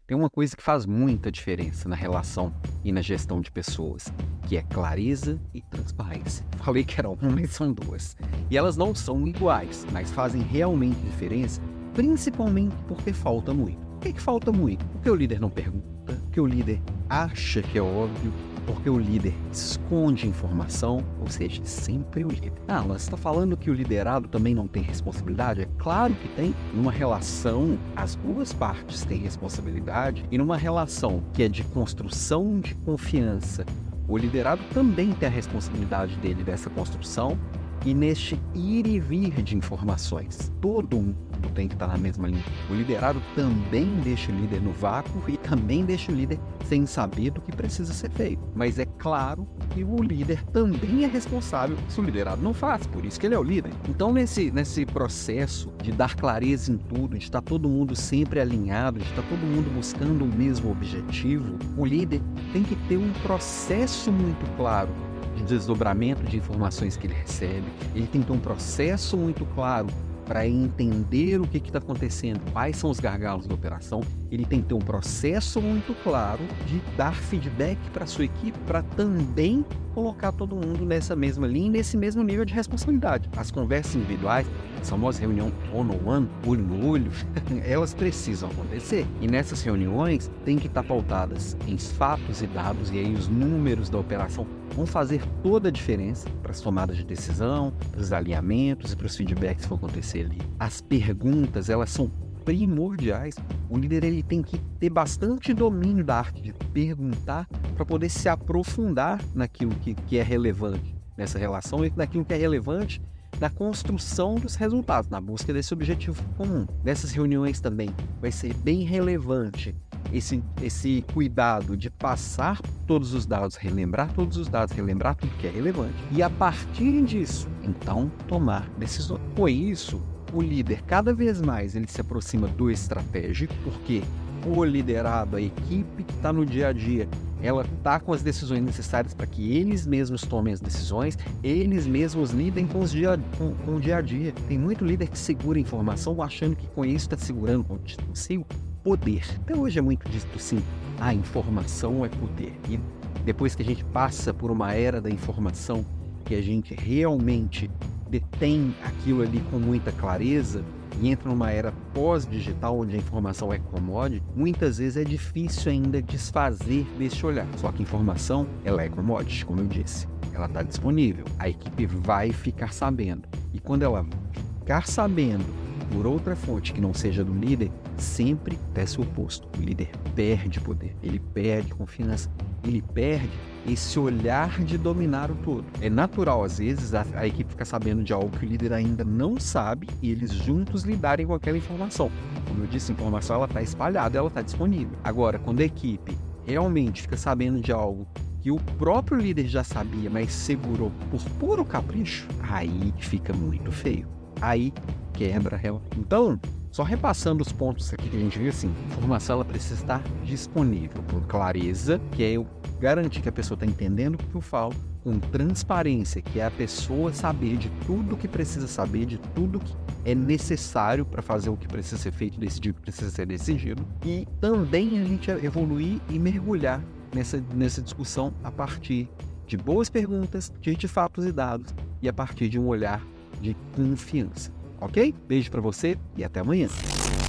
Tem uma coisa que faz muita diferença na relação e na gestão de pessoas, que é clareza e transparência. Falei que era uma, mas são duas. E elas não são iguais, mas fazem realmente diferença, principalmente porque falta muito. Por que falta muito? Porque o líder não pergunta, porque o líder acha que é óbvio, porque o líder esconde informação, ou seja, sempre o líder. Mas você está falando que o liderado também não tem responsabilidade? É claro que tem. Numa relação, as duas partes têm responsabilidade, e numa relação que é de construção de confiança, o liderado também tem a responsabilidade dele dessa construção e neste ir e vir de informações. Todo mundo tem que estar na mesma linha. O liderado também deixa o líder no vácuo e também deixa o líder sem saber do que precisa ser feito. Mas é claro que o líder também é responsável se o liderado não faz, por isso que ele é o líder. Então, nesse processo de dar clareza em tudo, de estar todo mundo sempre alinhado, de estar todo mundo buscando o mesmo objetivo, o líder tem que ter um processo muito claro de desdobramento de informações que ele recebe. Ele tem que ter um processo muito claro para entender o que está acontecendo, quais são os gargalos da operação. Ele tem que ter um processo muito claro de dar feedback para a sua equipe, para também colocar todo mundo nessa mesma linha, nesse mesmo nível de responsabilidade. As conversas individuais, as famosas reuniões one-on-one, olho no olho, elas precisam acontecer. E nessas reuniões tem que estar pautadas em fatos e dados, e aí os números da operação vão fazer toda a diferença para as tomadas de decisão, para os alinhamentos e para os feedbacks que vão acontecer ali. As perguntas, elas são primordiais. O líder ele tem que ter bastante domínio da arte de perguntar para poder se aprofundar naquilo que é relevante nessa relação e naquilo que é relevante na construção dos resultados, na busca desse objetivo comum. Nessas reuniões também vai ser bem relevante esse cuidado de passar todos os dados, relembrar todos os dados, relembrar tudo que é relevante. E a partir disso, então, tomar decisões. Com isso, o líder, cada vez mais, ele se aproxima do estratégico, porque o liderado, a equipe que está no dia a dia, ela está com as decisões necessárias para que eles mesmos tomem as decisões, eles mesmos lidem com o dia a dia. Tem muito líder que segura a informação achando que com isso está segurando consigo poder. Até hoje é muito dito assim, a informação é poder. E depois que a gente passa por uma era da informação, que a gente realmente detém aquilo ali com muita clareza, e entra numa era pós-digital, onde a informação é commodity, muitas vezes é difícil ainda desfazer desse olhar. Só que a informação, ela é commodity, como eu disse. Ela está disponível. A equipe vai ficar sabendo. E quando ela ficar sabendo por outra fonte que não seja do líder, sempre acontece o oposto. O líder perde poder, ele perde confiança, ele perde esse olhar de dominar o todo. É natural, às vezes, a equipe ficar sabendo de algo que o líder ainda não sabe e eles juntos lidarem com aquela informação. Como eu disse, a informação ela está espalhada, ela está disponível. Agora, quando a equipe realmente fica sabendo de algo que o próprio líder já sabia, mas segurou por puro capricho, aí fica muito feio. Aí quebra ela. Então, só repassando os pontos aqui que a gente viu, assim, a informação ela precisa estar disponível com clareza, que é eu garantir que a pessoa está entendendo o que eu falo, com transparência, que é a pessoa saber de tudo que precisa saber, de tudo que é necessário para fazer o que precisa ser feito, decidir o que precisa ser decidido, e também a gente evoluir e mergulhar nessa discussão a partir de boas perguntas, de fatos e dados, e a partir de um olhar de confiança. Ok? Beijo pra você e até amanhã.